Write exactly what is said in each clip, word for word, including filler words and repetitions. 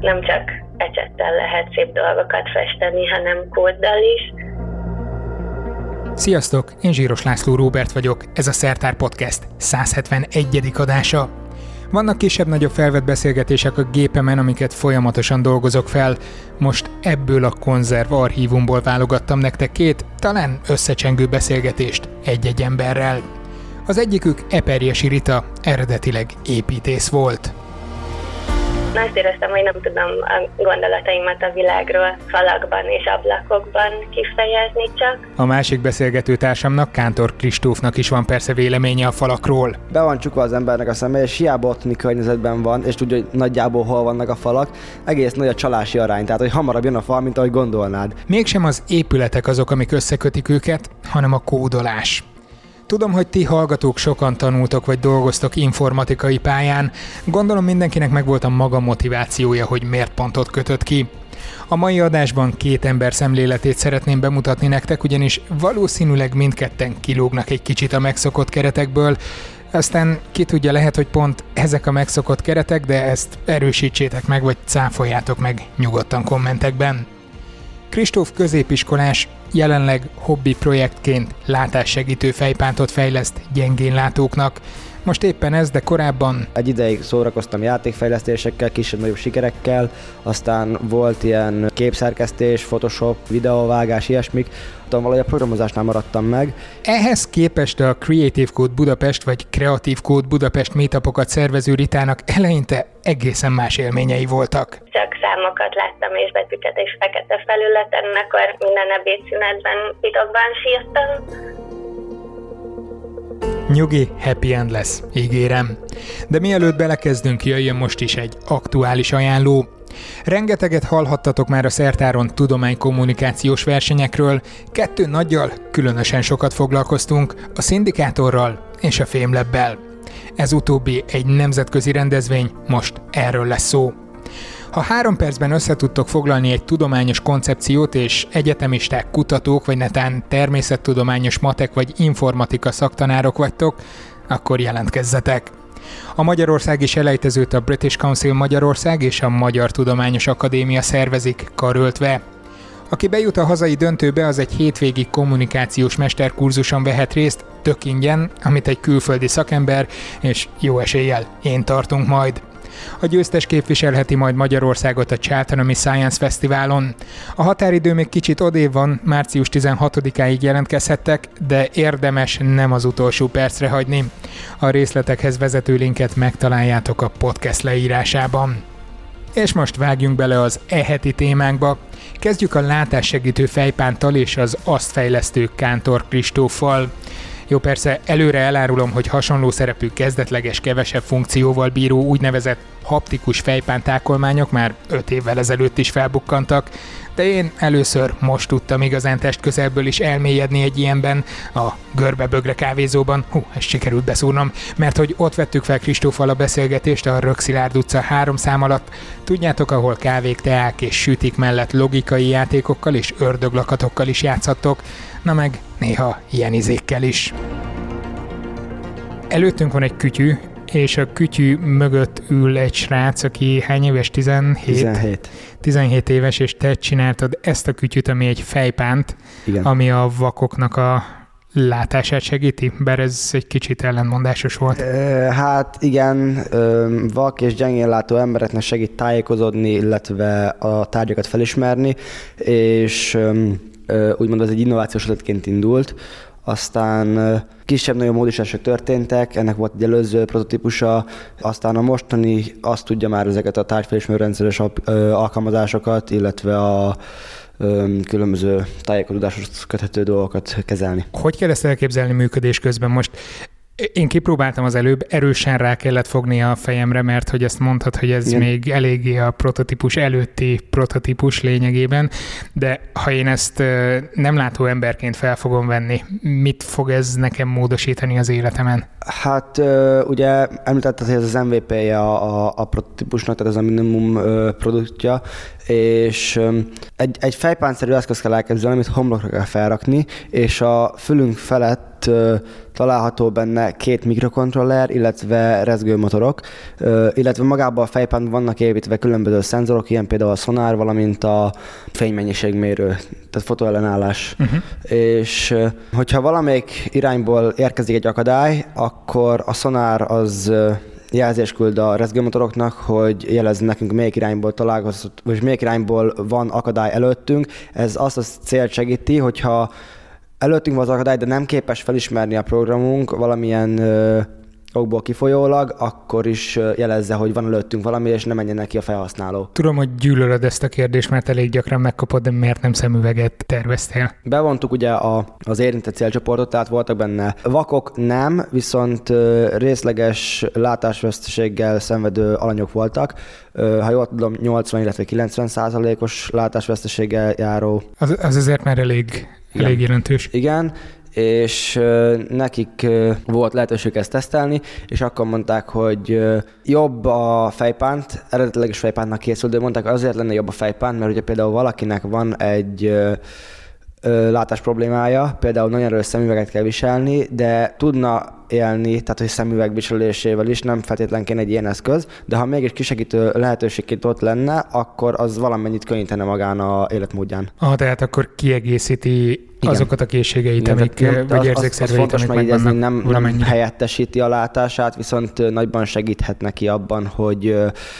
nem csak ecsettel lehet szép dolgokat festeni, hanem kóddal is. Sziasztok, én Zsíros László Róbert vagyok, ez a Szertár Podcast száz hetvenegyedik adása. Vannak kisebb-nagyobb felvett beszélgetések a gépemen, amiket folyamatosan dolgozok fel. Most ebből a konzerv archívumból válogattam nektek két, talán összecsengő beszélgetést egy-egy emberrel. Az egyikük Eperjesi Rita, eredetileg építész volt. Azt éreztem, hogy nem tudom a gondolataimat a világról falakban és ablakokban kifejezni csak. A másik beszélgető társamnak, Kántor Kristófnak is van persze véleménye a falakról. Be van csukva az embernek a szeme, és hiába otthoni környezetben van, és tudja, hogy nagyjából hol vannak a falak, egész nagy a csalási arány, tehát hogy hamarabb jön a fal, mint ahogy gondolnád. Mégsem az épületek azok, amik összekötik őket, hanem a kódolás. Tudom, hogy ti hallgatók sokan tanultok vagy dolgoztok informatikai pályán. Gondolom mindenkinek megvolt a maga motivációja, hogy miért pontot kötött ki. A mai adásban két ember szemléletét szeretném bemutatni nektek, ugyanis valószínűleg mindketten kilógnak egy kicsit a megszokott keretekből. Aztán ki tudja, lehet, hogy pont ezek a megszokott keretek, de ezt erősítsétek meg, vagy cáfoljátok meg nyugodtan kommentekben. Kristóf középiskolás, jelenleg hobbi projektként látássegítő fejpántot fejleszt gyengénlátóknak. Most éppen ez, de korábban... Egy ideig szórakoztam játékfejlesztésekkel, kisebb-nagyobb sikerekkel, aztán volt ilyen képszerkesztés, Photoshop, videóvágás, ilyesmik. Tudom, valahogy a programozásnál maradtam meg. Ehhez képest a Creative Code Budapest vagy Creative Code Budapest meetupokat szervező Ritának eleinte egészen más élményei voltak. Csak számokat láttam és betűket és fekete felületen, akkor minden ebédszünetben titokban sírtam. Nyugi, happy end lesz, ígérem. De mielőtt belekezdünk, jöjjön most is egy aktuális ajánló. Rengeteget hallhattatok már a Szertáron tudománykommunikációs versenyekről, kettő nagyjal különösen sokat foglalkoztunk, a Szindikátorral és a Fémlebbel. Ez utóbbi egy nemzetközi rendezvény, most erről lesz szó. Ha három percben összetudtok foglalni egy tudományos koncepciót, és egyetemisták, kutatók, vagy netán természettudományos matek vagy informatika szaktanárok vagytok, akkor jelentkezzetek. A magyarországi selejtezőt a British Council Magyarország és a Magyar Tudományos Akadémia szervezik karöltve. Aki bejut a hazai döntőbe, az egy hétvégi kommunikációs mesterkurzuson vehet részt, tök ingyen, amit egy külföldi szakember, és jó eséllyel én tartunk majd. A győztes képviselheti majd Magyarországot a Cheltenhami Science Fesztiválon. A határidő még kicsit odébb van, március tizenhatodikáig jelentkezhettek, de érdemes nem az utolsó percre hagyni. A részletekhez vezető linket megtaláljátok a podcast leírásában. És most vágjunk bele az e-heti témánkba. Kezdjük a látássegítő fejpánttal és az azt fejlesztő Kántor Kristóffal. Jó, persze előre elárulom, hogy hasonló szerepű kezdetleges, kevesebb funkcióval bíró úgynevezett haptikus fejpántákolmányok már öt évvel ezelőtt is felbukkantak, de én először most tudtam igazán testközelből is elmélyedni egy ilyenben, a Görbebögre kávézóban, hú, ezt sikerült beszúrnom, mert hogy ott vettük fel Kristóffal a beszélgetést a Rökszilárd utca három szám alatt, tudjátok, ahol kávék, teák és sütik mellett logikai játékokkal és ördöglakatokkal is játszhattok, na meg néha ilyen izékkel is. Előttünk van egy kütyű, és a kütyű mögött ül egy srác, aki hány éves? tizenhét? tizenhét. tizenhét éves, és te csináltad ezt a kütyűt, ami egy fejpánt, igen, ami a vakoknak a látását segíti, bár ez egy kicsit ellentmondásos volt. Hát igen, vak és gyengénlátó embereknek segít tájékozódni, illetve a tárgyakat felismerni, és úgymond ez egy innovációs ötletként indult, aztán kisebb-nagyobb módosítások történtek, ennek volt egy előző prototípusa, aztán a mostani azt tudja már ezeket a tárgyfelismerő rendszeres alkalmazásokat, illetve a különböző tájékozódáshoz köthető dolgokat kezelni. Hogy kell ezt elképzelni működés közben? Most én kipróbáltam az előbb, erősen rá kellett fogni a fejemre, mert hogy ezt mondtad, hogy ez igen, még eléggé a prototípus előtti prototípus lényegében, de ha én ezt nem látó emberként fel fogom venni, mit fog ez nekem módosítani az életemen? Hát ugye említetted, hogy ez az em vé pé-je a, a, a prototípusnak, tehát ez a minimum produktja, és egy, egy fejpántszerű eszköz kell elképzelni, amit homlokra kell felrakni, és a fülünk felett található benne két mikrokontroller, illetve rezgőmotorok, illetve magában a fejpántban vannak építve különböző szenzorok, ilyen például a szonár, valamint a fénymennyiségmérő, tehát fotóellenállás. Uh-huh. És hogyha valamelyik irányból érkezik egy akadály, akkor a szonár az jelzést küld a rezgőmotoroknak, hogy jelezze nekünk, melyik irányból találkozott, vagy melyik irányból van akadály előttünk. Ez azt a célt segíti, hogyha előttünk van az akadály, de nem képes felismerni a programunk valamilyen ö, okból kifolyólag, akkor is jelezze, hogy van előttünk valami, és ne menjen neki a felhasználó. Tudom, hogy gyűlölöd ezt a kérdést, mert elég gyakran megkapod, de miért nem szemüveget terveztél? Bevontuk ugye a, az érintett célcsoportot, tehát voltak benne vakok, nem, viszont részleges látásveszteséggel szenvedő alanyok voltak. Ha jól tudom, nyolcvan, illetve kilencven százalékos látásveszteséggel járó. Az, az azért már elég, elég jelentős. Igen. És nekik volt lehetőség ezt tesztelni, és akkor mondták, hogy jobb a fejpánt, eredetileg is fejpántnak készült, de mondták, azért lenne jobb a fejpánt, mert ugye például valakinek van egy látás problémája, például nagyon erős szemüveget kell viselni, de tudna élni, tehát hogy szemüveg viselésével is, nem feltétlenül kéne egy ilyen eszköz, de ha mégis kisegítő lehetőségként ott lenne, akkor az valamennyit könnyítene magán a életmódján. Ah, tehát akkor kiegészíti igen. azokat a készségeit, igen, amik, nem, vagy érzékszerveit, amik megjegyezni, nem, nem helyettesíti a látását, viszont nagyban segíthet neki abban, hogy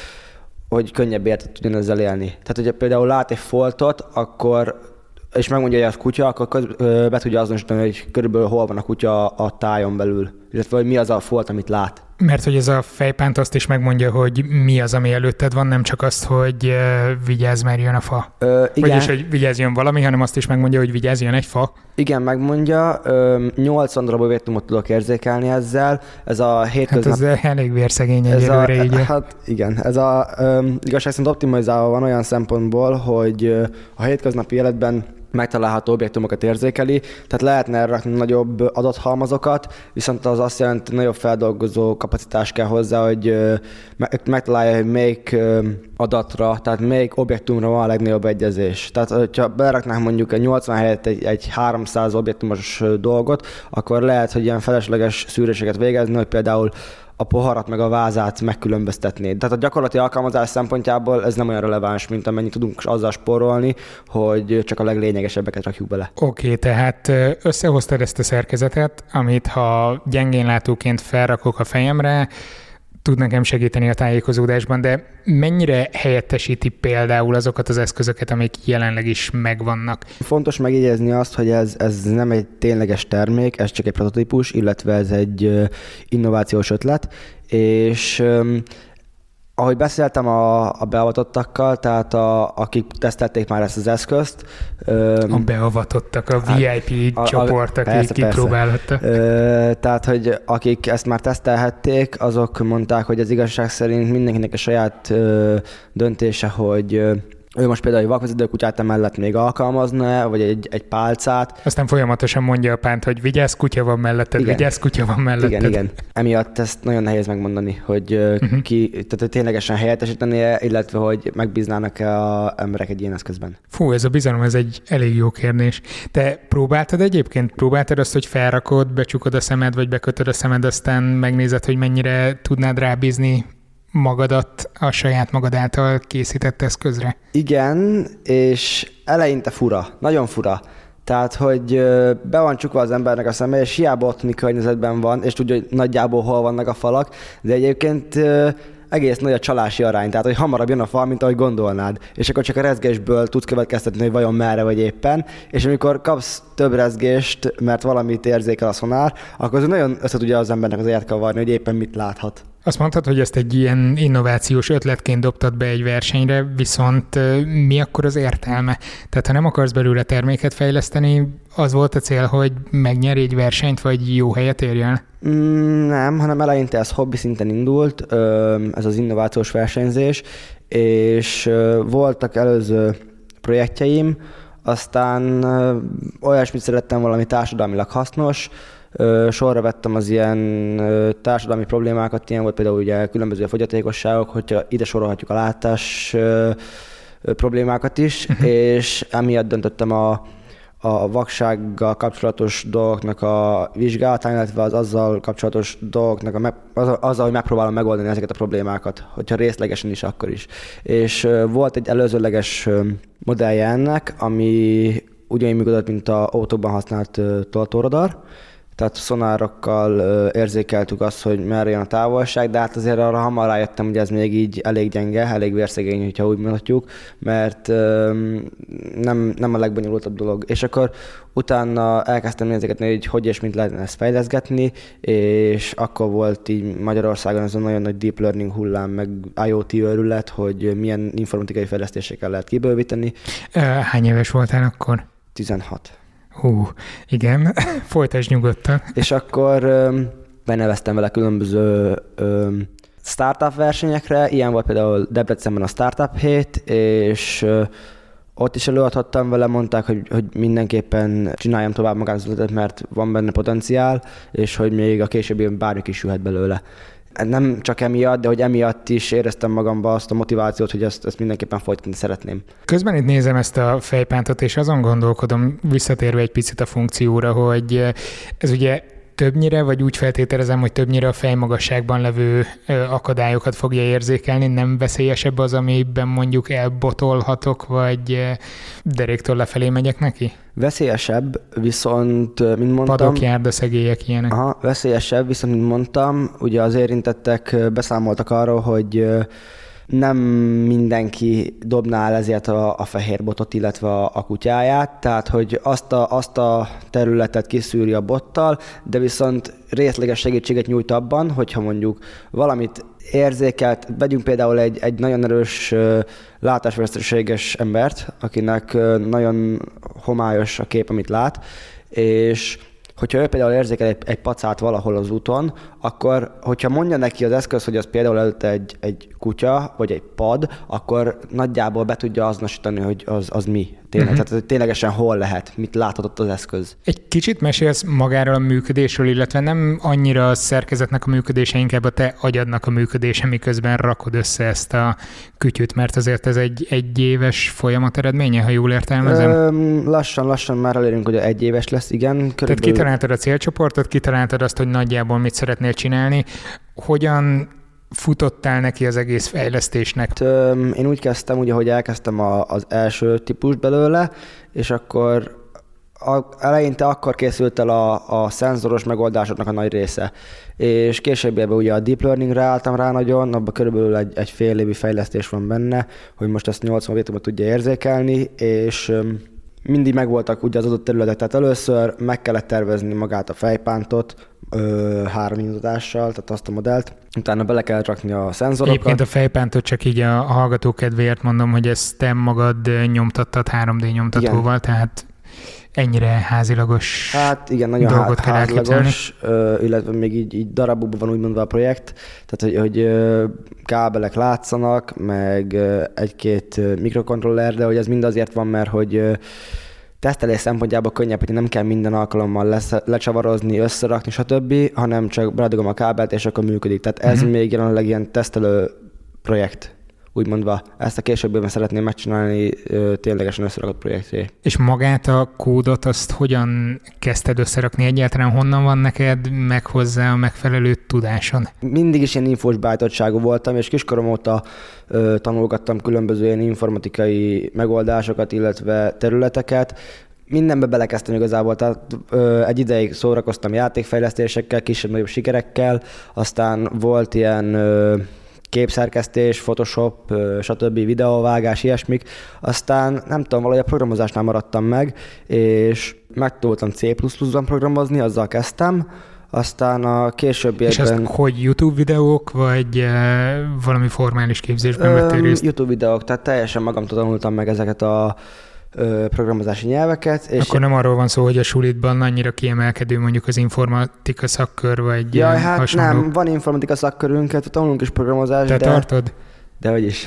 hogy könnyebb értet tudjon ezzel élni. Tehát, hogyha például lát egy foltot, akkor és megmondja, hogy az kutya, akkor be tudja azonosítani, hogy körülbelül hol van a kutya a tájon belül, illetve hogy mi az a folt, amit lát. Mert hogy ez a fejpánt azt is megmondja, hogy mi az, ami előtted van, nem csak azt, hogy vigyázz, mert jön a fa. Ö, igen. Vagyis, hogy vigyázz, jön valami, hanem azt is megmondja, hogy vigyázz, jön egy fa. Igen, megmondja. nyolcvan darab objektumot tudok érzékelni ezzel. Ez a hétköznap... Hát ez elég vérszegény egyelőre így. Hát igen, ez a igazság szerint optimalizálva van olyan szempontból, hogy a hétköznapi életben megtalálható objektumokat érzékeli, tehát lehetne rakni nagyobb adathalmazokat, viszont az azt jelenti, nagyobb feldolgozó kapacitás kell hozzá, hogy megtalálja, hogy melyik adatra, tehát melyik objektumra van a legnagyobb egyezés. Tehát, hogyha beraknánk mondjuk egy nyolcvan helyett egy, egy háromszáz objektumos dolgot, akkor lehet, hogy ilyen felesleges szűréseket végezni, hogy például a poharat meg a vázát megkülönböztetni. Tehát a gyakorlati alkalmazás szempontjából ez nem olyan releváns, mint amennyit tudunk azzal spórolni, hogy csak a leglényegesebbeket rakjuk bele. Oké, okay, tehát összehoztad ezt a szerkezetet, amit ha gyengénlátóként felrakok a fejemre, tud nekem segíteni a tájékozódásban, de mennyire helyettesíti például azokat az eszközöket, amik jelenleg is megvannak? Fontos megjegyezni azt, hogy ez, ez nem egy tényleges termék, ez csak egy prototípus, illetve ez egy innovációs ötlet, és ahogy beszéltem a, a beavatottakkal, tehát a, akik tesztelték már ezt az eszközt. A beavatottak, a vé i pé a, csoport, a, a, aki kipróbálhatta. Tehát, hogy akik ezt már tesztelhették, azok mondták, hogy az igazság szerint mindenkinek a saját ö, döntése, hogy ö, ő most például egy vakvezető kutyát emellett még alkalmazna, vagy egy, egy pálcát. Aztán folyamatosan mondja a pánt, hogy vigyázz, kutya van melletted, igen. vigyázz, kutya van melletted. Igen, igen. Emiatt ezt nagyon nehéz megmondani, hogy uh-huh. ki, tehát hogy ténylegesen helyettesítenie, illetve hogy megbíznának-e az emberek egy ilyen eszközben. Fú, ez a bizalom, ez egy elég jó kérdés. Te próbáltad egyébként? Próbáltad azt, hogy felrakod, becsukod a szemed, vagy bekötöd a szemed, aztán megnézed, hogy mennyire tudnád rábízni magadat a saját magad által készített eszközre? Igen, és eleinte fura, nagyon fura. Tehát, hogy be van csukva az embernek a szeme, és hiába otthoni környezetben van, és tudja, hogy nagyjából hol vannak a falak, de egyébként egész nagy a csalási arány, tehát hogy hamarabb jön a fal, mint ahogy gondolnád. És akkor csak a rezgésből tudsz következtetni, hogy vajon merre vagy éppen, és amikor kapsz több rezgést, mert valamit érzékel a szonár, akkor az nagyon össze tudja az embernek az agyát kavarni, hogy éppen mit láthat. Azt mondtad, hogy ezt egy ilyen innovációs ötletként dobtad be egy versenyre, viszont mi akkor az értelme? Tehát ha nem akarsz belőle terméket fejleszteni, az volt a cél, hogy megnyerj egy versenyt, vagy jó helyet érjen? Mm, nem, hanem eleinte ez hobbi szinten indult, ez az innovációs versenyzés, és voltak előző projektjeim, aztán olyasmit szerettem valami társadalmilag hasznos, sorra vettem az ilyen társadalmi problémákat, ilyen volt például ugye különböző fogyatékosságok, hogyha ide sorolhatjuk a látás problémákat is, uh-huh. és emiatt döntöttem a, a vaksággal kapcsolatos dolgoknak a vizsgálatán, illetve az azzal kapcsolatos dolgoknak, a, az, azzal, hogy megpróbálom megoldani ezeket a problémákat, hogyha részlegesen is, akkor is. És volt egy előzőleges modellje ennek, ami ugyanúgy működött, mint az autóban használt tolatóradar, tehát szonárokkal érzékeltük azt, hogy merre jön a távolság, de hát azért arra hamar rájöttem, hogy ez még így elég gyenge, elég vérszegény, hogyha úgy mondhatjuk, mert nem, nem a legbonyolultabb dolog. És akkor utána elkezdtem nézegetni, hogy hogy és mint lehetne ezt fejleszgetni, és akkor volt így Magyarországon ez a nagyon nagy deep learning hullám, meg IoT őrület, hogy milyen informatikai fejlesztésekkel lehet kibővíteni. Hány éves voltál akkor? tizenhat. Hú, igen, folytasd nyugodtan. És akkor öm, beneveztem vele különböző öm, startup versenyekre, ilyen volt például Debrecenben a Startup hét, és ö, ott is előadhattam vele, mondták, hogy, hogy mindenképpen csináljam tovább magánüzletet, mert van benne potenciál, és hogy még a későbbiben bármik is jöhet belőle. Nem csak emiatt, de hogy emiatt is éreztem magamba azt a motivációt, hogy ezt, ezt mindenképpen folytatni szeretném. Közben itt nézem ezt a fejpántot, és azon gondolkodom, visszatérve egy picit a funkcióra, hogy ez ugye többnyire, vagy úgy feltételezem, hogy többnyire a fejmagasságban levő akadályokat fogja érzékelni, nem veszélyesebb az, amiben mondjuk elbotolhatok, vagy deréktől lefelé megyek neki? Veszélyesebb, viszont, mint mondtam... Padok, járdaszegélyek, ilyenek. Aha, veszélyesebb, viszont, mint mondtam, ugye az érintettek beszámoltak arról, hogy nem mindenki dobná el ezért a, a fehér botot, illetve a, a kutyáját, tehát hogy azt a, azt a területet kiszűri a bottal, de viszont részleges segítséget nyújt abban, hogyha mondjuk valamit érzékelt, vegyünk például egy, egy nagyon erős látásveszteséges embert, akinek nagyon homályos a kép, amit lát, és hogyha ő például érzékel egy, egy pacát valahol az úton, akkor, hogyha mondja neki az eszköz, hogy az például előtte egy, egy kutya, vagy egy pad, akkor nagyjából be tudja azonosítani, hogy az, az mi. Tényleg, uh-huh. Tehát ténylegesen hol lehet, mit láthatott az eszköz. Egy kicsit mesélsz magáról a működésről, illetve nem annyira a szerkezetnek a működése, inkább a te agyadnak a működése, miközben rakod össze ezt a kütyüt, mert azért ez egy egyéves folyamat eredménye, ha jól értelmezem? Ö, lassan, lassan már elérünk, hogy egy éves lesz, igen. Körülbelül... Tehát kitaláltad a célcsoportot, kitaláltad azt, hogy nagyjából mit szeretnél csinálni. Hogyan futottál neki az egész fejlesztésnek? Én úgy kezdtem, ugye, hogy elkezdtem a, az első típus belőle, és akkor a, eleinte akkor készült el a, a szenzoros megoldásoknak a nagy része. És később ugye a deep learningre álltam rá nagyon, abban körülbelül egy, egy fél évi fejlesztés van benne, hogy most ezt nyolcvan vétumot tudja érzékelni, és mindig megvoltak ugye az adott területek, tehát először meg kellett tervezni magát a fejpántot, Ö, három nyomtatással, tehát azt a modellt. Utána bele kell rakni a szenzorokat. Egyébként a fejpántot csak így a hallgató kedvéért mondom, hogy ezt te magad nyomtattad három dé nyomtatóval, igen. Tehát ennyire házilagos hát igen, nagyon dolgot há- kell házilagos, ö, illetve még így, így darabokban van úgymondva a projekt, tehát hogy, hogy ö, kábelek látszanak, meg ö, egy-két mikrokontroller, de hogy ez mind azért van, mert hogy ö, tesztelés szempontjából könnyebb, hogy nem kell minden alkalommal lesz, lecsavarozni, összerakni, stb., hanem csak beledugom a kábelt, és akkor működik. Tehát ez uh-huh. még jelenleg ilyen tesztelő projekt, úgymondva. Ezt a későbbiben szeretném megcsinálni ö, ténylegesen összerakott projekté. És magát a kódot, azt hogyan kezdted összerakni? Egyáltalán honnan van neked meg hozzá a megfelelő tudásod? Mindig is ilyen infós beállítottságú voltam, és kiskorom óta ö, tanulgattam különböző ilyen informatikai megoldásokat, illetve területeket. Mindenbe belekezdtem igazából, tehát ö, egy ideig szórakoztam játékfejlesztésekkel, kisebb-nagyobb sikerekkel, aztán volt ilyen ö, képszerkesztés, Photoshop, stb. Videóvágás, ilyesmik. Aztán nem tudom, valahogy a programozásnál maradtam meg, és megtanultam cé plusz pluszban programozni, azzal kezdtem. Aztán a későbbiekben... És ezt hogy YouTube videók, vagy uh, valami formális képzésben vettél részt? YouTube videók, tehát teljesen magamtól tanultam meg ezeket a programozási nyelveket. És akkor nem arról van szó, hogy a sulitban annyira kiemelkedő mondjuk az informatika szakkör, vagy ja, hát hasonló. Nem, van informatika szakkörünk, tanulunk is programozást. Te de... tartod? Dehogy is.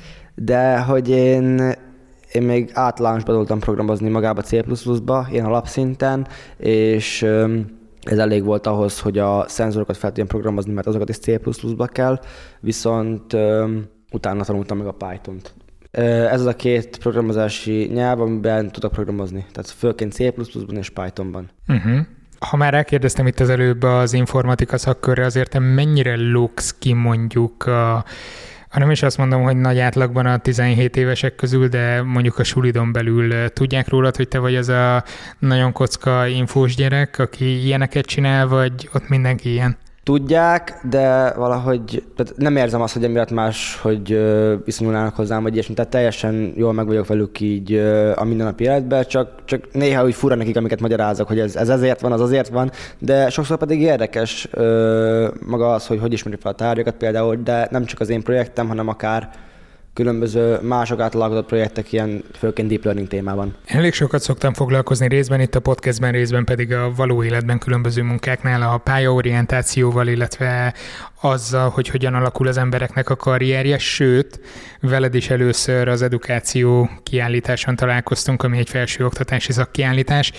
De hogy én, én még általánosban tanultam programozni magába cé plusz pluszba, ilyen alapszinten, és ez elég volt ahhoz, hogy a szenzorokat fel tudjam programozni, mert azokat is cé plusz pluszba kell, viszont utána tanultam meg a Pythont. Ez az a két programozási nyelv, amiben tudok programozni. Tehát főként C plusz pluszban és Pythonban. Uh-huh. Ha már elkérdeztem itt az előbb az informatika szakkörre, azért te mennyire lógsz ki mondjuk a, ha nem is azt mondom, hogy nagy átlagban a tizenhét évesek közül, de mondjuk a sulidon belül tudják rólad, hogy te vagy az a nagyon kocka infós gyerek, aki ilyeneket csinál, vagy ott mindenki ilyen? Tudják, de valahogy tehát nem érzem azt, hogy emiatt más, hogy viszonyulnának hozzám, vagy ilyesmi. Tehát teljesen jól meg vagyok velük így a mindennapi életben, csak, csak néha úgy fura nekik, amiket magyarázok, hogy ez, ez ezért van, az azért van, de sokszor pedig érdekes maga az, hogy hogy ismerik fel a tárgyakat például, de nem csak az én projektem, hanem akár különböző mások által alkotott projektek ilyen főként deep learning témában. Elég sokat szoktam foglalkozni részben itt a podcastben, részben pedig a való életben különböző munkáknál a pályaorientációval, illetve azzal, hogy hogyan alakul az embereknek a karrierje, sőt, veled is először az edukáció kiállításon találkoztunk, ami egy felsőoktatási szakkiállítás.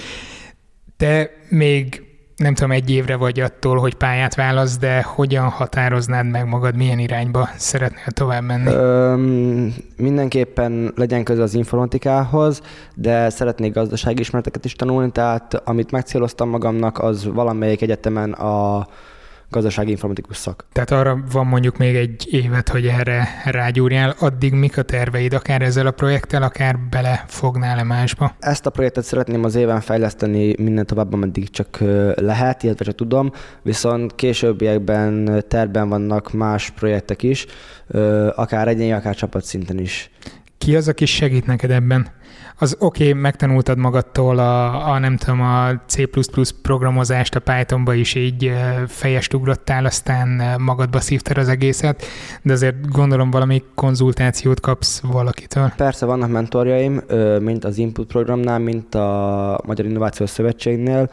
Te még nem tudom, egy évre vagy attól, hogy pályát válasz, de hogyan határoznád meg magad, milyen irányba szeretnél tovább menni? Ö, mindenképpen legyen köze az informatikához, de szeretnék gazdasági ismereteket is tanulni, tehát amit megcéloztam magamnak, az valamelyik egyetemen a gazdasági informatikus szak. Tehát arra van mondjuk még egy évet, hogy erre rágyúrjál. Addig mik a terveid, akár ezzel a projekttel, akár belefognál-e másba? Ezt a projektet szeretném az éven fejleszteni minden tovább, ameddig csak lehet, illetve csak tudom, viszont későbbiekben tervben vannak más projektek is, akár egyéni, akár csapatszinten is. Ki az, aki segít neked ebben? Az oké, okay, megtanultad magadtól a, a, nem tudom, a C plusz plusz programozást, a Pythonba is így fejest ugrottál, aztán magadba szívtad az egészet, de azért gondolom valami konzultációt kapsz valakitől. Persze vannak mentorjaim, mint az Input programnál, mint a Magyar Innovációs Szövetségnél,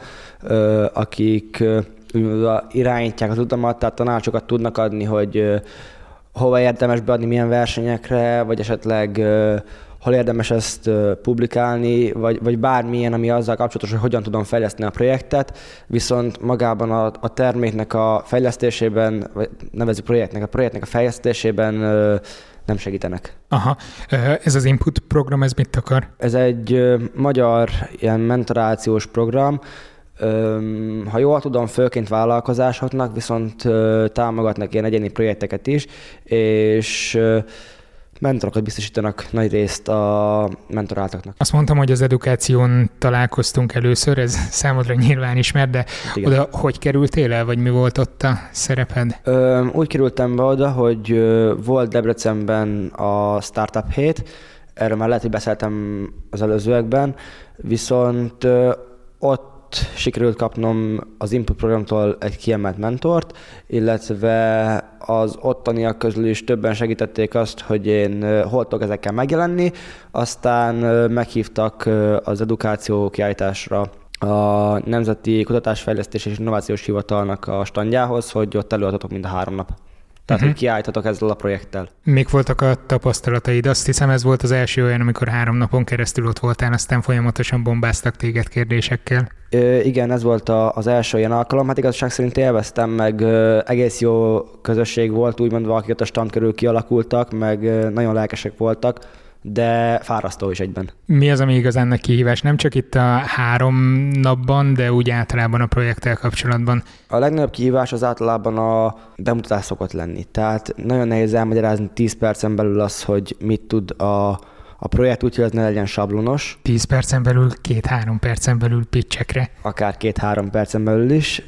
akik irányítják az utamat, tehát tanácsokat tudnak adni, hogy hova érdemes beadni, milyen versenyekre, vagy esetleg hol érdemes ezt publikálni, vagy, vagy bármilyen, ami azzal kapcsolatos, hogy hogyan tudom fejleszteni a projektet, viszont magában a, a terméknek a fejlesztésében, vagy nevezzük projektnek, a projektnek a fejlesztésében nem segítenek. Aha. Ez az Input program, ez mit akar? Ez egy magyar ilyen mentorációs program. Ha jól tudom, főként vállalkozásoknak, viszont támogatnak ilyen egyéni projekteket is, és mentorokat biztosítanak nagy részt a mentoráltaknak. Azt mondtam, hogy az edukáción találkoztunk először, ez számodra nyilván ismert, de igen. Oda hogy kerültél el, vagy mi volt ott a szereped? Ö, úgy kerültem be oda, hogy volt Debrecenben a Startup hét, erről már lehet, hogy beszéltem az előzőekben, viszont ott sikerült kapnom az Input programtól egy kiemelt mentort, illetve az ottaniak közül is többen segítették azt, hogy én hol tudok ezekkel megjelenni, aztán meghívtak az edukáció kiállításra a Nemzeti Kutatásfejlesztés és Innovációs Hivatalnak a standjához, hogy ott előadhatok mind a három nap. Tehát, uh-huh. hogy kiállíthatok ezzel a projekttel. Mik voltak a tapasztalataid? Azt hiszem, ez volt az első olyan, amikor három napon keresztül ott voltál, aztán folyamatosan bombáztak téged kérdésekkel. Ö, igen, ez volt a, az első ilyen alkalom. Hát igazság szerint élveztem, meg ö, egész jó közösség volt, úgymondva, akik ott a stand körül kialakultak, meg ö, nagyon lelkesek voltak, de fárasztó is egyben. Mi az, ami igazán nagy kihívás? Nem csak itt a három napban, de úgy általában a projekttel kapcsolatban? A legnagyobb kihívás az általában a bemutatás szokott lenni. Tehát nagyon nehéz elmagyarázni tíz percen belül az, hogy mit tud a, a projekt, úgyhogy ez ne legyen sablonos. tíz percen belül, két-három percen belül pitchekre. Akár két-három percen belül is,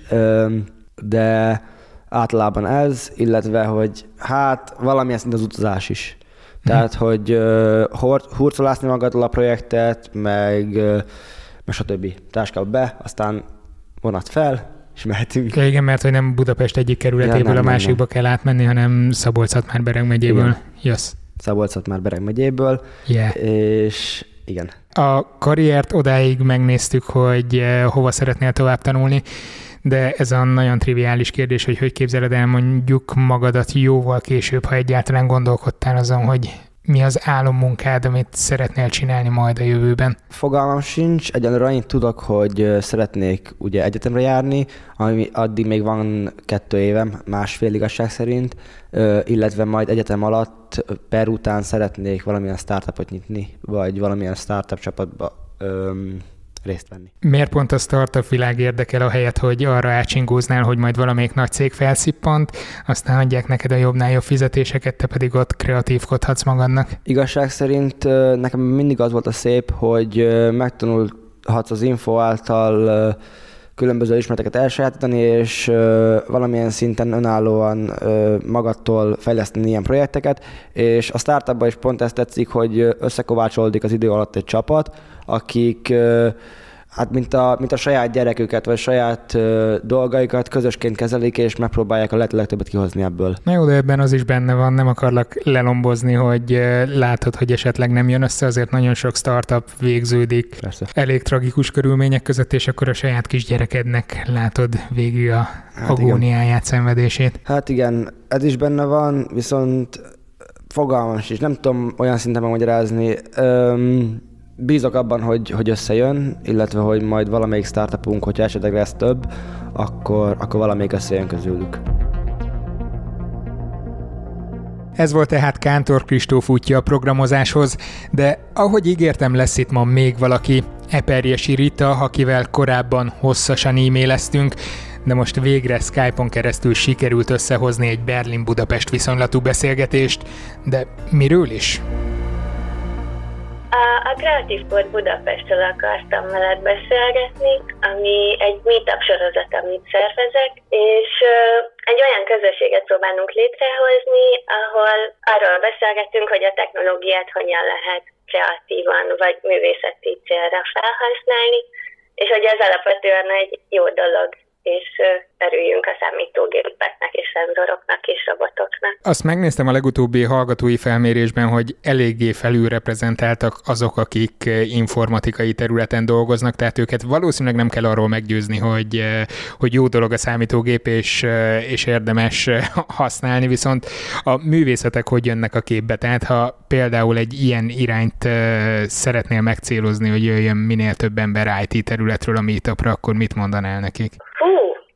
de általában ez, illetve, hogy hát valamilyen szint az utazás is. Tehát, hmm. hogy uh, hurcolászni magadról a projektet, meg, uh, meg stb. Táskába be, aztán vonat fel, és mehetünk. Igen, mert hogy nem Budapest egyik kerületéből ja, nem, a másikba nem, nem. kell átmenni, hanem Szabolcs-Szatmár-Bereg megyéből igen. jössz. Szabolcs-Szatmár-Bereg megyéből, yeah. és igen. A karriert odáig megnéztük, hogy uh, hova szeretnél tovább tanulni, de ez a nagyon triviális kérdés, hogy hogy képzeled el mondjuk magadat jóval később, ha egyáltalán gondolkodtál azon, hogy mi az álommunkád, amit szeretnél csinálni majd a jövőben? Fogalmam sincs, egyelőre annyit tudok, hogy szeretnék ugye egyetemre járni, ami addig még van kettő évem, másfél igazság szerint, illetve majd egyetem alatt per után szeretnék valamilyen startupot nyitni, vagy valamilyen startup csapatba öm, részt venni. Miért pont a startup világ érdekel a helyet, hogy arra átsingóznál, hogy majd valamelyik nagy cég felszippant, aztán adják neked a jobbnál jobb fizetéseket, te pedig ott kreatívkodhatsz magadnak? Igazság szerint nekem mindig az volt a szép, hogy megtanulhatsz az info által különböző ismereteket elsajátítani, és valamilyen szinten önállóan magadtól fejleszteni ilyen projekteket, és a startupban is pont ezt tetszik, hogy összekovácsolódik az idő alatt egy csapat, akik hát mint a, mint a saját gyereküket, vagy saját uh, dolgaikat közösként kezelik, és megpróbálják a lehető legtöbbet kihozni ebből. Na jó, de ebben az is benne van, nem akarlak lelombozni, hogy uh, látod, hogy esetleg nem jön össze, azért nagyon sok startup végződik Persze. elég tragikus körülmények között, és akkor a saját kisgyerekednek látod végig a hát agóniáját, igen. szenvedését. Hát igen, ez is benne van, viszont fogalmas is, nem tudom olyan szinten megmagyarázni. Um, Bízok abban, hogy, hogy összejön, illetve hogy majd valamelyik startupunk, hogyha esetleg lesz több, akkor, akkor valamelyik összejön közülük. Ez volt tehát Kántor Kristóf útja a programozáshoz, de ahogy ígértem, lesz itt ma még valaki, Eperjesi Rita, akivel korábban hosszasan e-maileztünk, de most végre Skype-on keresztül sikerült összehozni egy Berlin-Budapest viszonylatú beszélgetést, de miről is? A, a Creative Port Budapestről akartam veled beszélgetni, ami egy meetup sorozat, amit szervezek, és uh, egy olyan közösséget próbálunk létrehozni, ahol arról beszélgetünk, hogy a technológiát hogyan lehet kreatívan vagy művészeti célra felhasználni, és hogy ez alapvetően egy jó dolog, és örüljünk a számítógépeknek és szenzoroknak és robotoknak. Azt megnéztem a legutóbbi hallgatói felmérésben, hogy eléggé felülreprezentáltak azok, akik informatikai területen dolgoznak, tehát őket valószínűleg nem kell arról meggyőzni, hogy, hogy jó dolog a számítógép, és, és érdemes használni, viszont a művészetek hogy jönnek a képbe? Tehát ha például egy ilyen irányt szeretnél megcélozni, hogy jöjjön minél több ember í té területről a meetupra, akkor mit mondanál nekik? Hú,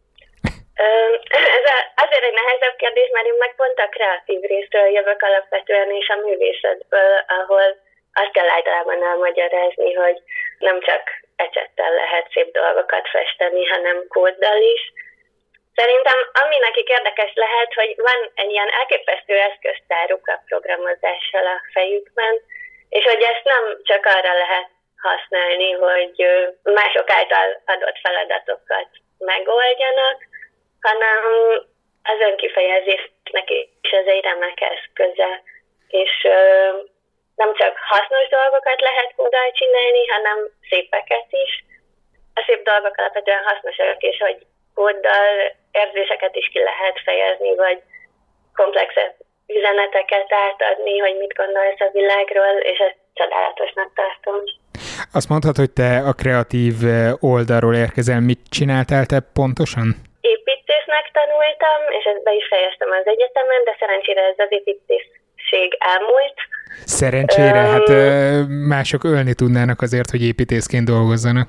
ez azért egy nehezebb kérdés, mert én meg pont a kreatív részről jövök alapvetően, és a művészetből, ahol azt kell általában elmagyarázni, hogy nem csak ecsettel lehet szép dolgokat festeni, hanem kóddal is. Szerintem ami nekik érdekes lehet, hogy van egy ilyen elképesztő eszköztáruk a programozással a fejükben, és hogy ezt nem csak arra lehet használni, hogy mások által adott feladatokat megoldjanak, hanem az önkifejezésnek is ez egy remek eszköze. És ö, nem csak hasznos dolgokat lehet kóddal csinálni, hanem szépeket is. A szép dolgok alapvetően hasznosak, és hogy kóddal érzéseket is ki lehet fejezni, vagy komplexebb üzeneteket átadni, hogy mit gondolsz a világról, és ezt csodálatosnak tartom. Azt mondhatod, hogy te a kreatív oldalról érkezel. Mit csináltál te pontosan? Építésznek tanultam, és ezt be is fejeztem az egyetemen, de szerencsére ez az építészség elmúlt. Szerencsére? Um, hát mások ölni tudnának azért, hogy építészként dolgozzanak.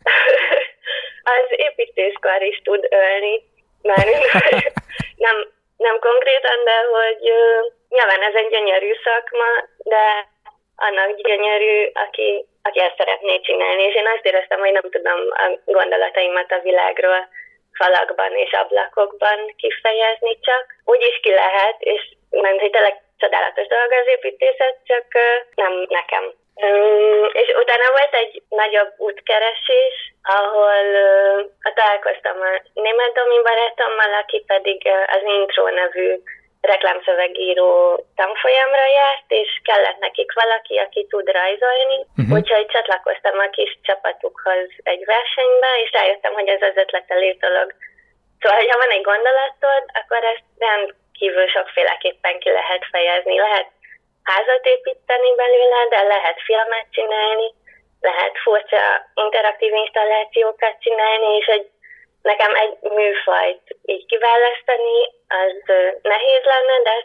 Az építészkar is tud ölni, mert nem, nem konkrétan, de hogy nyilván ez egy gyönyörű szakma, de annak gyönyörű, aki, aki ezt szeretné csinálni. És én azt éreztem, hogy nem tudom a gondolataimat a világról falakban és ablakokban kifejezni csak. Úgy is ki lehet, és mert hogy tényleg csodálatos dolog az építészet, csak nem nekem. És utána volt egy nagyobb útkeresés, ahol találkoztam a német Domi barátommal, aki pedig az Intro nevű reklámszövegíró tanfolyamra járt, és kellett nekik valaki, aki tud rajzolni, uh-huh. úgyhogy csatlakoztam a kis csapatukhoz egy versenybe, és rájöttem, hogy ez az ötletelő dolog. Szóval, ha van egy gondolatod, akkor ezt rendkívül sokféleképpen ki lehet fejezni. Lehet házat építeni belőle, de lehet filmet csinálni, lehet furcsa interaktív installációkat csinálni, és egy nekem egy műfajt így kiválasztani, az nehéz lenne, de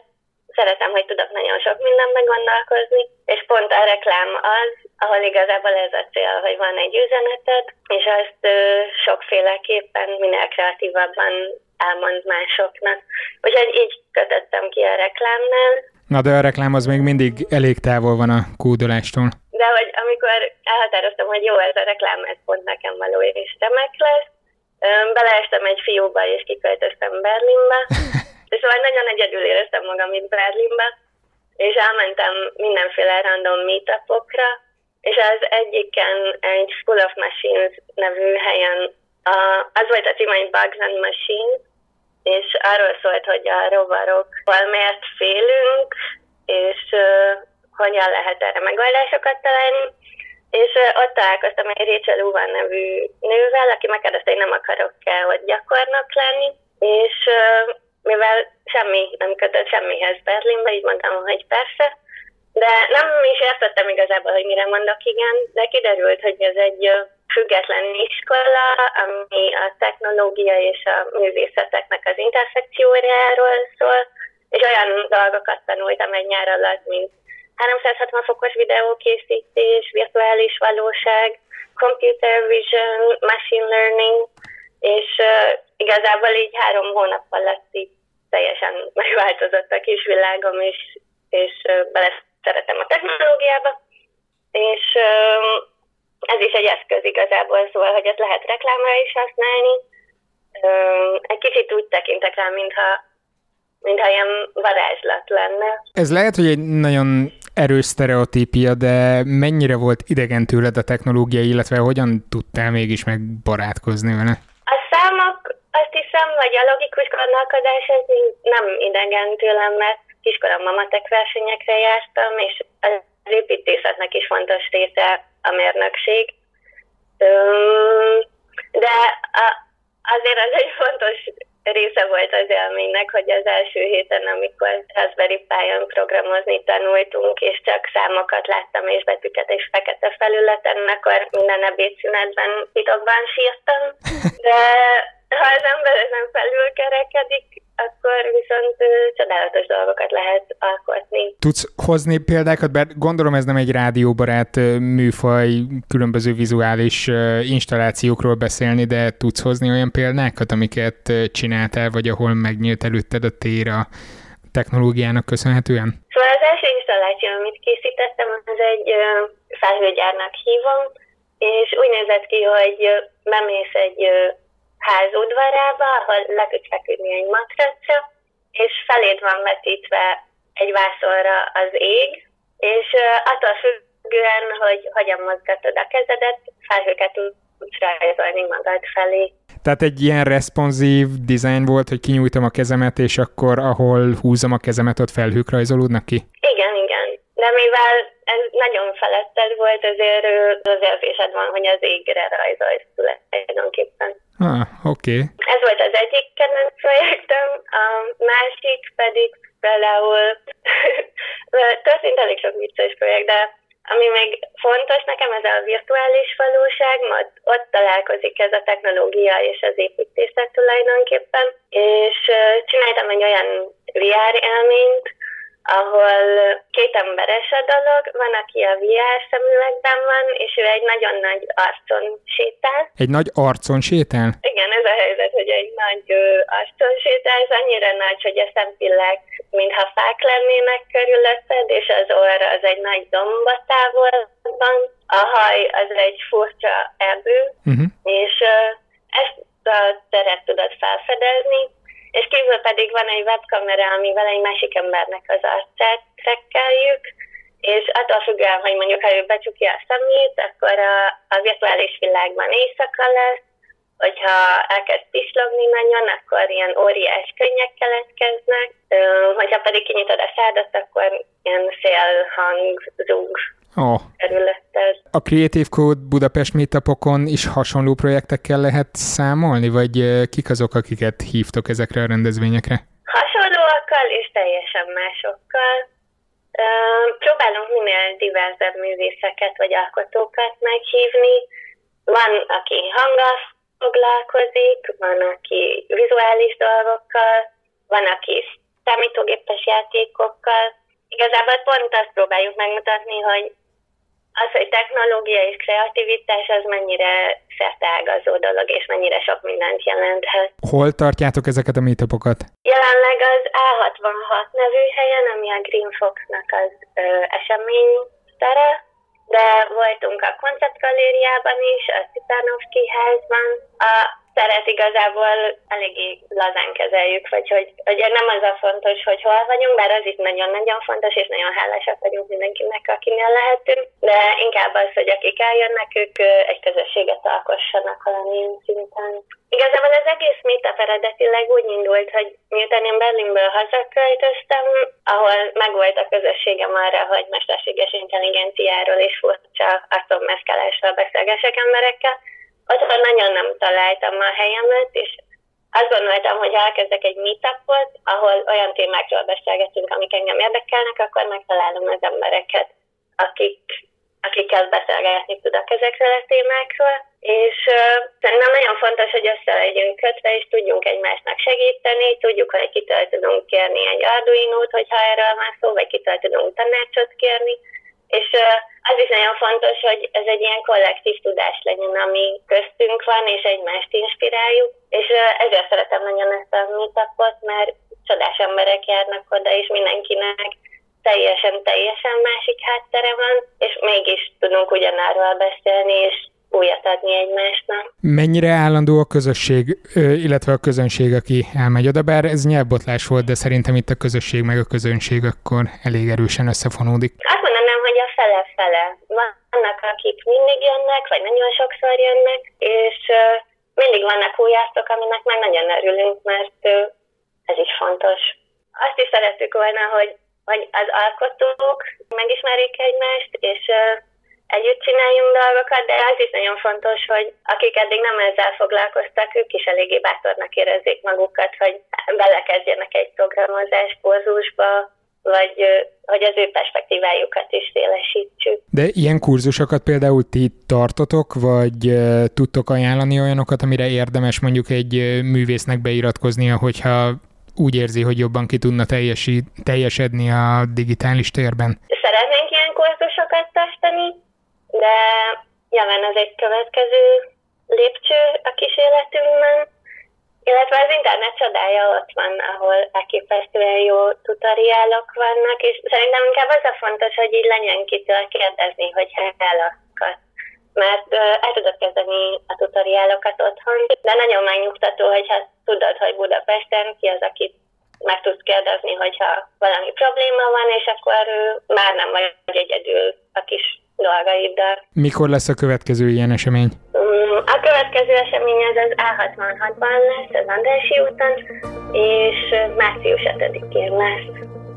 szeretem, hogy tudok nagyon sok mindenben gondolkozni, és pont a reklám az, ahol igazából ez a cél, hogy van egy üzeneted, és azt ö, sokféleképpen, minél kreatívabban elmond másoknak. Úgyhogy így kötöttem ki a reklámnál. Na de a reklám az még mindig elég távol van a kódolástól. De hogy amikor elhatároztam, hogy jó, ez a reklám, ez pont nekem való és remek lesz, beleestem egy fiúba, és kiköltöztem Berlinbe. Szóval nagyon egyedül éreztem magam itt Berlinbe, és elmentem mindenféle random meetupokra, és az egyiken egy School of Machines nevű helyen, a, az volt a cím, hogy Bugs and Machines, és arról szólt, hogy a rovarokból miért félünk, és uh, hogyan lehet erre megoldásokat találni. És uh, ott találkoztam egy Rachel Uvan nevű nővel, aki megkérdezte, hogy nem akarok-e, hogy gyakornok lenni, és uh, mivel semmi nem kötött semmihez Berlinbe, így mondtam, hogy persze, de nem is értettem igazából, hogy mire mondok igen, de kiderült, hogy ez egy uh, független iskola, ami a technológia és a művészeteknek az interszekciójáról szól, és olyan dolgokat tanultam egy nyár alatt, mint háromszázhatvan fokos videókészítés, virtuális valóság, computer vision, machine learning, és uh, igazából így három hónap alatt így teljesen megváltozott a kis világom, és, és uh, beleszerettem a technológiába, és uh, ez is egy eszköz igazából, szóval, hogy ezt lehet reklámra is használni. Uh, egy kicsit úgy tekintek rá, mintha, mintha ilyen varázslat lenne. Ez lehet, hogy egy nagyon erős sztereotípia, de mennyire volt idegen tőled a technológia, illetve hogyan tudtál mégis megbarátkozni vele? A számok, azt hiszem, vagy a logikus gondolkodás, ez nem idegen tőlem, mert kiskoromban matek versenyekre jártam, és az építészetnek is fontos része a mérnökség. De azért az egy fontos része volt az élménynek, hogy az első héten, amikor Raspberry Pi-on programozni tanultunk, és csak számokat láttam, és betűket és fekete felületen, akkor minden ebédszünetben titokban sírtam. De ha az ember ezen felül kerekedik, akkor viszont csodálatos dolgokat lehet alkotni. Tudsz hozni példákat, bár gondolom ez nem egy rádióbarát műfaj, különböző vizuális installációkról beszélni, de tudsz hozni olyan példákat, amiket csináltál, vagy ahol megnyílt előtted a tér a technológiának köszönhetően? Szóval az első installáció, amit készítettem, az egy felhőgyárnak hívom, és úgy nézett ki, hogy bemész egy ház udvarába, ahol le tudsz feküdni egy matracra, és feléd van vetítve egy vászonra az ég, és attól függően, hogy hogyan mozgatod a kezedet, felhőket tudsz rajzolni magad felé. Tehát egy ilyen responsív design volt, hogy kinyújtom a kezemet, és akkor ahol húzom a kezemet, ott felhők rajzolódnak ki? Igen, igen. De mivel ez nagyon feletted volt, ezért az érzésed van, hogy az égre rajzolsz tulajdonképpen. Ah, oké. Okay. Ez volt az egyik kedvenc projektem, a másik pedig például történt elég sok vicces projekt, de ami még fontos nekem, ez a virtuális valóság, majd ott találkozik ez a technológia és az építészet tulajdonképpen, és csináltam egy olyan vé er élményt, ahol két emberes a dolog, van, aki a vé er szemüvegben van, és ő egy nagyon nagy arcon sétál. Egy nagy arcon sétál? Igen, ez a helyzet, hogy egy nagy ö, arcon sétál, ez annyira nagy, hogy a szempillák mintha fák lennének körülötted, és az orr az egy nagy domba távolban, a haj az egy furcsa erdő, uh-huh. és ö, ezt a teret tudod felfedezni, és kívül pedig van egy webkamera, amivel egy másik embernek az arcát trekkeljük, és attól függően, hogy mondjuk, ha ő becsukja a szemét, akkor a, a virtuális világban éjszaka lesz, hogyha elkezd pislogni nagyon, akkor ilyen óriás könnyek keletkeznek, hogyha pedig kinyitod a szádat, akkor ilyen szélhang zúg. Oh. A Creative Code Budapest meetupokon is hasonló projektekkel lehet számolni, vagy kik azok, akiket hívtok ezekre a rendezvényekre? Hasonlóakkal és teljesen másokkal. Próbálunk minél diverzebb művészeket vagy alkotókat meghívni. Van, aki hanggal foglalkozik, van, aki vizuális dolgokkal, van, aki számítógépes játékokkal. Igazából pont azt próbáljuk megmutatni, hogy az, hogy technológia és kreativitás az mennyire szerteágazó dolog, és mennyire sok mindent jelenthet. Hol tartjátok ezeket a meetupokat? Jelenleg az á hatvanhat nevű helyen, ami a Green Fox-nak az ö, eseménytere, de voltunk a konceptgalériában is, a Szitánovszky házban. A teret igazából eléggé lazán kezeljük, vagy hogy ugye nem az a fontos, hogy hol vagyunk, bár az itt nagyon-nagyon fontos, és nagyon hálásak vagyunk mindenkinek, akinél lehetünk, de inkább az, hogy akik eljönnek, ők egy közösséget alkossanak valamilyen szinten. Igazából az egész meetup eredetileg úgy indult, hogy miután én Berlinből hazaköltöztem, ahol megvolt a közösségem arra, hogy mesterséges intelligenciáról és furcsa atommeszkálásról beszélgessek emberekkel, otthon nagyon nem találtam a helyemet, és azt gondoltam, hogy ha elkezdek egy meetupot, ahol olyan témákról beszélgetünk, amik engem érdekelnek, akkor megtalálom az embereket, akik, akikkel beszélgetni tudok ezekről a témákról. És uh, szerintem nagyon fontos, hogy össze legyünk kötve, és tudjunk egymásnak segíteni, tudjuk, hogy kitől tudunk kérni egy Arduinót, hogyha erről van szó, vagy kitől tudunk tanácsot kérni. És uh, az is nagyon fontos, hogy ez egy ilyen kollektív tudás legyen, ami köztünk van, és egymást inspiráljuk. És uh, ezért szeretem nagyon ezt a meetupot, mert csodás emberek járnak oda, és mindenkinek teljesen-teljesen másik háttere van, és mégis tudunk ugyanarról beszélni, és újat adni egymásnak. Mennyire állandó a közösség, illetve a közönség, aki elmegy oda, bár ez nyelvbotlás volt, de szerintem itt a közösség meg a közönség akkor elég erősen összefonódik. Azt mondanám, hogy a fele-fele. Vannak, akik mindig jönnek, vagy nagyon sokszor jönnek, és mindig vannak új arcok, aminek már nagyon örülünk, mert ez is fontos. Azt is szerettük volna, hogy, hogy az alkotók megismerjék egymást, és együtt csináljunk dolgokat, de az is nagyon fontos, hogy akik eddig nem ezzel foglalkoztak, ők is eléggé bátornak érezzék magukat, hogy belekezdjenek egy programozás kurzusba, vagy hogy az ő perspektívájukat is szélesítsük. De ilyen kurzusokat például ti tartotok, vagy tudtok ajánlani olyanokat, amire érdemes mondjuk egy művésznek beiratkoznia, hogyha úgy érzi, hogy jobban ki tudna teljesi, teljesedni a digitális térben? Szeretnénk ilyen kurzusokat tartani, de nyilván ez egy következő lépcső a kísérletünkben, illetve az internet csodája ott van, ahol elképesztően jó tutoriálok vannak, és szerintem inkább az a fontos, hogy így legyen kitől kérdezni, hogyha elakad. Mert uh, el tudod kezdeni a tutoriálokat otthon, de nagyon megnyugtató, hogyha tudod, hogy Budapesten ki az, akit meg tudsz kérdezni, hogyha valami probléma van, és akkor uh, már nem vagy egyedül a kis dolgaiddal. Mikor lesz a következő ilyen esemény? Um, a következő esemény az az á hatvanhatban lesz, az Andrássy úton, és március ötödikén lesz.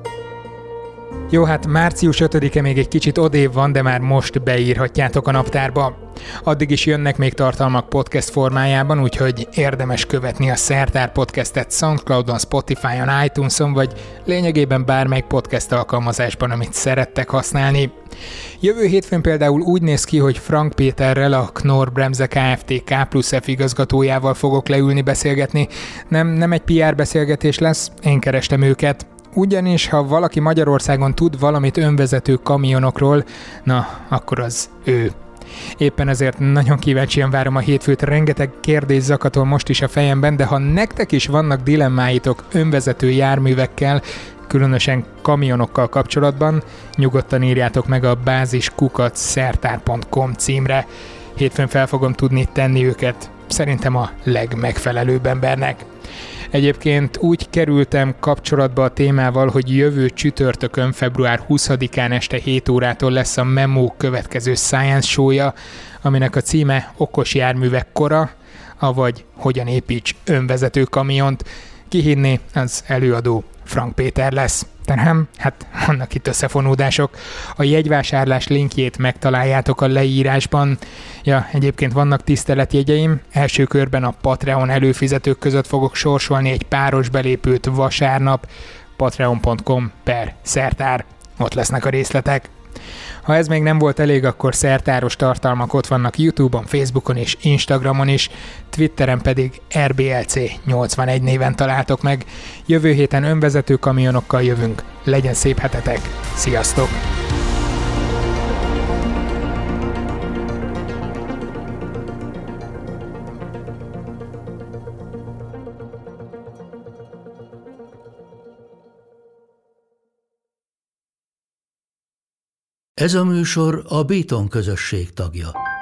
Jó, hát március ötödike még egy kicsit odébb van, de már most beírhatjátok a naptárba. Addig is jönnek még tartalmak podcast formájában, úgyhogy érdemes követni a Szertár Podcastet SoundCloudon, Spotify-on, iTunes-on, vagy lényegében bármelyik podcast alkalmazásban, amit szerettek használni. Jövő hétfőn például úgy néz ki, hogy Frank Péterrel, a Knorr Bremse Kft. K plusz F igazgatójával fogok leülni beszélgetni. Nem, nem egy pé er beszélgetés lesz, én kerestem őket. Ugyanis, ha valaki Magyarországon tud valamit önvezető kamionokról, na, akkor az ő. Éppen ezért nagyon kíváncsian várom a hétfőt, rengeteg kérdés zakatol most is a fejemben, de ha nektek is vannak dilemmáitok önvezető járművekkel, különösen kamionokkal kapcsolatban, nyugodtan írjátok meg a báziskukac szertár pont com címre. Hétfőn fel fogom tudni tenni őket, szerintem a legmegfelelőbb embernek. Egyébként úgy kerültem kapcsolatba a témával, hogy jövő csütörtökön, február huszadikán este hét órától lesz a Memo következő Science Show-ja, aminek a címe Okos járművek kora, avagy Hogyan építs önvezető kamiont. Ki hinné, az előadó Frank Péter lesz. De nem, hát vannak itt összefonódások. A jegyvásárlás linkjét megtaláljátok a leírásban. Ja, egyébként vannak tiszteletjegyeim. Első körben a Patreon előfizetők között fogok sorsolni egy páros belépőt vasárnap. patreon pont com per szertár. Ott lesznek a részletek. Ha ez még nem volt elég, akkor szertáros tartalmak ott vannak YouTube-on, Facebookon és Instagramon is, Twitteren pedig er bé el cé nyolcvanegy néven találtok meg. Jövő héten önvezető kamionokkal jövünk. Legyen szép hetetek! Sziasztok! Ez a műsor a Béton közösség tagja.